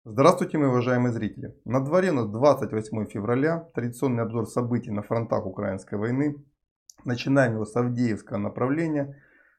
Здравствуйте, мои уважаемые зрители! На дворе у нас 28 февраля, традиционный обзор событий на фронтах украинской войны. Начинаем его с Авдеевского направления,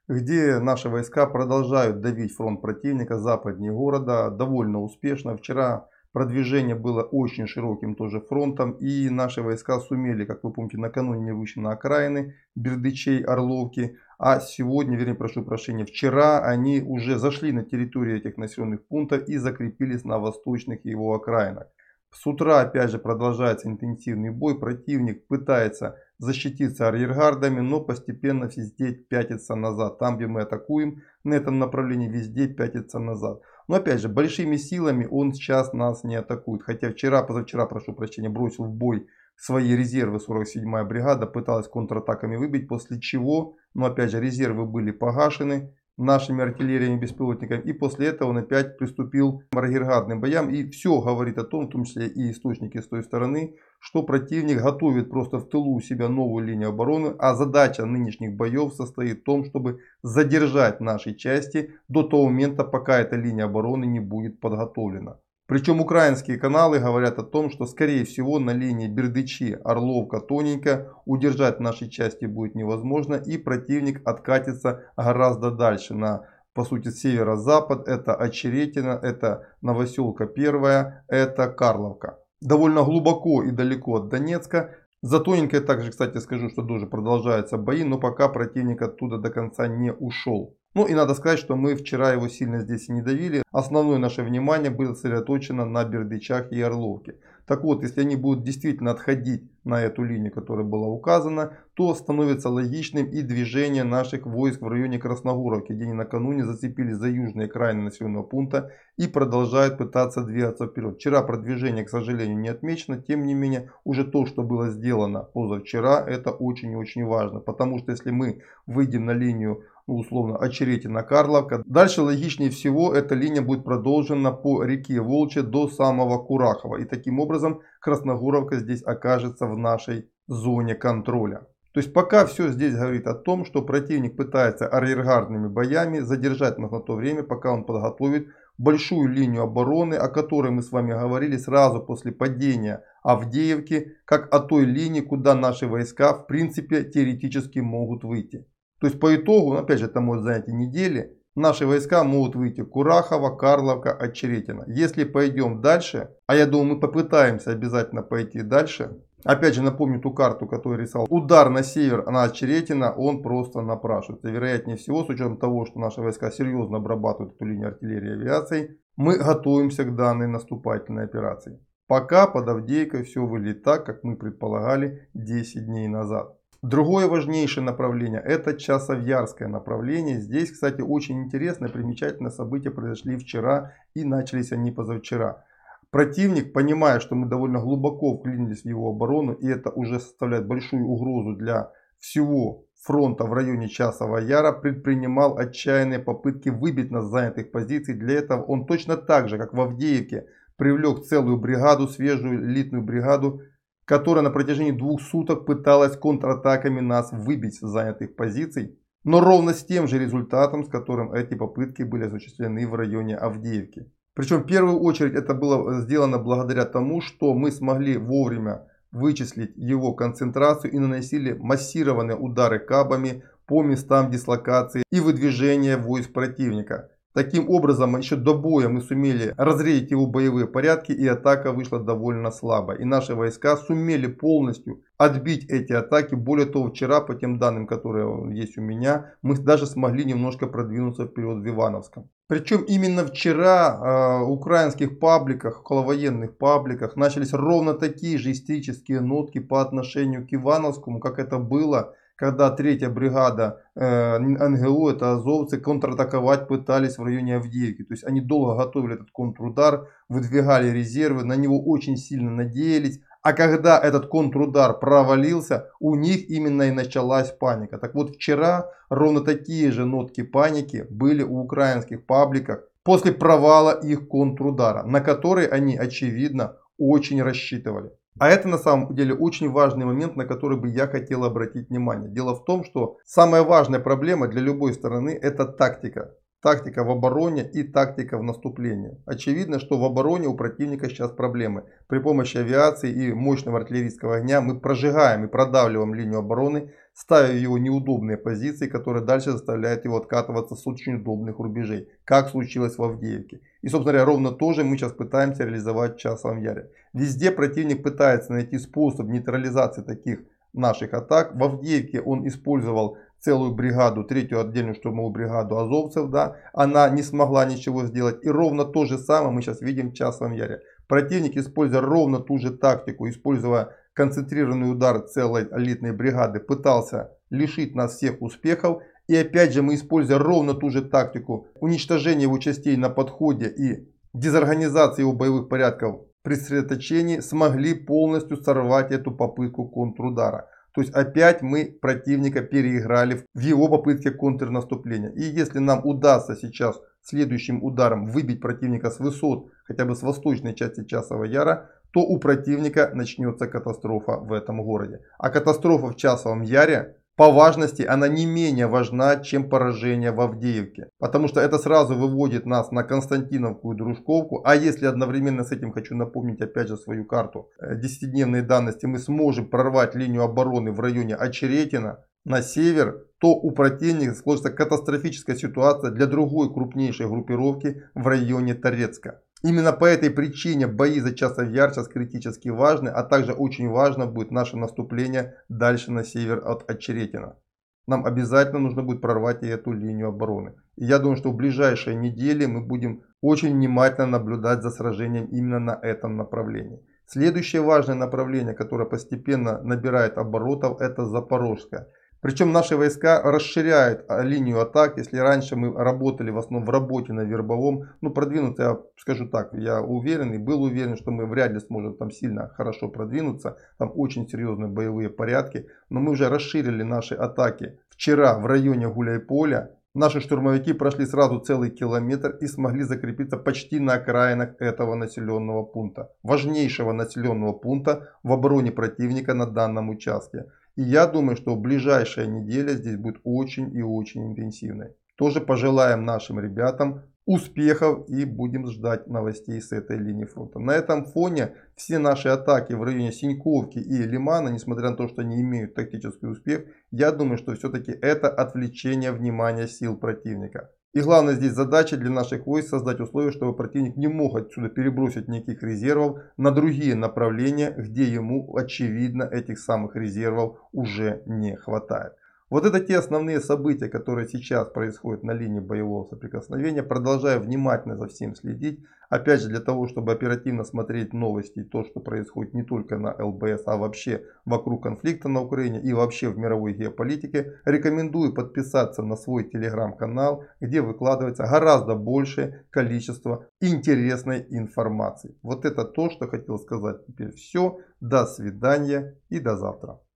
где наши войска продолжают давить фронт противника западнее города довольно успешно. Вчера продвижение было очень широким тоже фронтом, и наши войска сумели, как вы помните, накануне вышли на окраины Бердычей, Орловки. А сегодня, вернее, прошу прощения, вчера они уже зашли на территорию этих населенных пунктов и закрепились на восточных его окраинах. С утра опять же продолжается интенсивный бой. Противник пытается защититься арьергардами, но постепенно везде пятится назад. Там, где мы атакуем на этом направлении, везде пятится назад. Но опять же, большими силами он сейчас нас не атакует. Хотя вчера, позавчера, прошу прощения, бросил в бой свои резервы 47-я бригада, пыталась контратаками выбить, после чего, но опять же, резервы были погашены нашими артиллериями, беспилотниками, и после этого он опять приступил к арьергардным боям. И все говорит о том, в том числе и источники с той стороны, что противник готовит просто в тылу у себя новую линию обороны, а задача нынешних боев состоит в том, чтобы задержать наши части до того момента, пока эта линия обороны не будет подготовлена. Причем украинские каналы говорят о том, что скорее всего на линии Бердычи, Орловка, Тоненько удержать наши части будет невозможно, и противник откатится гораздо дальше на, по сути, северо-запад. Это Очеретино, это Новоселка 1, это Карловка. Довольно глубоко и далеко от Донецка. За Тоненько также, кстати, скажу, что тоже продолжаются бои, но пока противник оттуда до конца не ушел. Ну и надо сказать, что мы вчера его сильно здесь и не давили. Основное наше внимание было сосредоточено на Бердычах и Орловке. Так вот, если они будут действительно отходить на эту линию, которая была указана, то становится логичным и движение наших войск в районе Красногоровки, где они накануне зацепились за южные окраины населенного пункта и продолжают пытаться двигаться вперед. Вчера продвижение, к сожалению, не отмечено. Тем не менее, уже то, что было сделано позавчера, это очень и очень важно. Потому что если мы выйдем на линию, условно, Очеретино-Карловка, дальше логичнее всего эта линия будет продолжена по реке Волча до самого Курахова. И таким образом Красногоровка здесь окажется в нашей зоне контроля. То есть пока все здесь говорит о том, что противник пытается арьергардными боями задержать нас на то время, пока он подготовит большую линию обороны, о которой мы с вами говорили сразу после падения Авдеевки, как о той линии, куда наши войска в принципе теоретически могут выйти. То есть по итогу, опять же, это может занять и недели, наши войска могут выйти Курахова, Карловка, Очеретино. Если пойдем дальше, а я думаю, мы попытаемся обязательно пойти дальше. Опять же, напомню ту карту, которую рисовал. Удар на север, на Очеретино, он просто напрашивается. Вероятнее всего, с учетом того, что наши войска серьезно обрабатывают эту линию артиллерии и авиации, мы готовимся к данной наступательной операции. Пока под Авдеевкой все выглядит так, как мы предполагали 10 дней назад. Другое важнейшее направление — это Часовьярское направление. Здесь, кстати, очень интересное, примечательное событие произошли вчера и начались они позавчера. Противник, понимая, что мы довольно глубоко вклинились в его оборону, и это уже составляет большую угрозу для всего фронта в районе Часового Яра, предпринимал отчаянные попытки выбить нас с занятых позиций. Для этого он точно так же, как в Авдеевке, привлек целую бригаду, свежую элитную бригаду, которая на протяжении 2 суток пыталась контратаками нас выбить с занятых позиций, но ровно с тем же результатом, с которым эти попытки были осуществлены в районе Авдеевки. Причем в первую очередь это было сделано благодаря тому, что мы смогли вовремя вычислить его концентрацию и наносили массированные удары кабами по местам дислокации и выдвижения войск противника. Таким образом, еще до боя мы сумели разрезать его боевые порядки, и атака вышла довольно слабо. И наши войска сумели полностью отбить эти атаки. Более того, вчера, по тем данным, которые есть у меня, мы даже смогли немножко продвинуться вперед в Ивановском. Причем именно вчера в украинских пабликах, околовоенных пабликах, начались ровно такие же истерические нотки по отношению к Ивановскому, как это было, когда 3-я бригада НГУ, это азовцы, контратаковать пытались в районе Авдеевки. То есть они долго готовили этот контрудар, выдвигали резервы, на него очень сильно надеялись. А когда этот контрудар провалился, у них именно и началась паника. Так вот, вчера ровно такие же нотки паники были у украинских пабликах после провала их контрудара, на который они, очевидно, очень рассчитывали. А это на самом деле очень важный момент, на который бы я хотел обратить внимание. Дело в том, что самая важная проблема для любой стороны — это тактика. Тактика в обороне и тактика в наступлении. Очевидно, что в обороне у противника сейчас проблемы. При помощи авиации и мощного артиллерийского огня мы прожигаем и продавливаем линию обороны, ставя в его неудобные позиции, которые дальше заставляют его откатываться с очень удобных рубежей, как случилось в Авдеевке. И, собственно говоря, ровно то же мы сейчас пытаемся реализовать в Часовом Яре. Везде противник пытается найти способ нейтрализации таких наших атак. В Авдеевке он использовал целую бригаду, третью отдельную штурмовую бригаду азовцев, да, она не смогла ничего сделать. И ровно то же самое мы сейчас видим в Часовом Яре. Противник, используя ровно ту же тактику, используя концентрированный удар целой элитной бригады, пытался лишить нас всех успехов. И опять же мы, используя ровно ту же тактику уничтожения его частей на подходе и дезорганизации его боевых порядков при сосредоточении, смогли полностью сорвать эту попытку контрудара. То есть опять мы противника переиграли в его попытке контрнаступления. И если нам удастся сейчас следующим ударом выбить противника с высот, хотя бы с восточной части Часового Яра, то у противника начнется катастрофа в этом городе. А катастрофа в Часовом Яре по важности она не менее важна, чем поражение в Авдеевке. Потому что это сразу выводит нас на Константиновку и Дружковку. А если одновременно с этим, хочу напомнить опять же свою карту 10-дневной давности, мы сможем прорвать линию обороны в районе Очеретина на север, то у противника сложится катастрофическая ситуация для другой крупнейшей группировки в районе Торецка. Именно по этой причине бои за Часов Яр сейчас критически важны, а также очень важно будет наше наступление дальше на север от Очеретина. Нам обязательно нужно будет прорвать и эту линию обороны. И я думаю, что в ближайшие недели мы будем очень внимательно наблюдать за сражением именно на этом направлении. Следующее важное направление, которое постепенно набирает оборотов, это Запорожское. Причем наши войска расширяют линию атак. Если раньше мы работали в основном в работе на Вербовом, продвинуться, я скажу так, я уверен и был уверен, что мы вряд ли сможем там сильно хорошо продвинуться. Там очень серьезные боевые порядки. Но мы уже расширили наши атаки вчера в районе Гуляйполя. Наши штурмовики прошли сразу целый километр и смогли закрепиться почти на окраинах этого населенного пункта. Важнейшего населенного пункта в обороне противника на данном участке. И я думаю, что ближайшая неделя здесь будет очень и очень интенсивной. Тоже пожелаем нашим ребятам успехов и будем ждать новостей с этой линии фронта. На этом фоне все наши атаки в районе Синьковки и Лимана, несмотря на то, что они имеют тактический успех, я думаю, что все-таки это отвлечение внимания сил противника. И главная здесь задача для наших войск создать условия, чтобы противник не мог отсюда перебросить никаких резервов на другие направления, где ему очевидно этих самых резервов уже не хватает. Вот это те основные события, которые сейчас происходят на линии боевого соприкосновения. Продолжаю внимательно за всем следить. Опять же, для того, чтобы оперативно смотреть новости, то, что происходит не только на ЛБС, а вообще вокруг конфликта на Украине и вообще в мировой геополитике, рекомендую подписаться на свой телеграм-канал, где выкладывается гораздо большее количество интересной информации. Вот это то, что хотел сказать. Теперь все. До свидания и до завтра.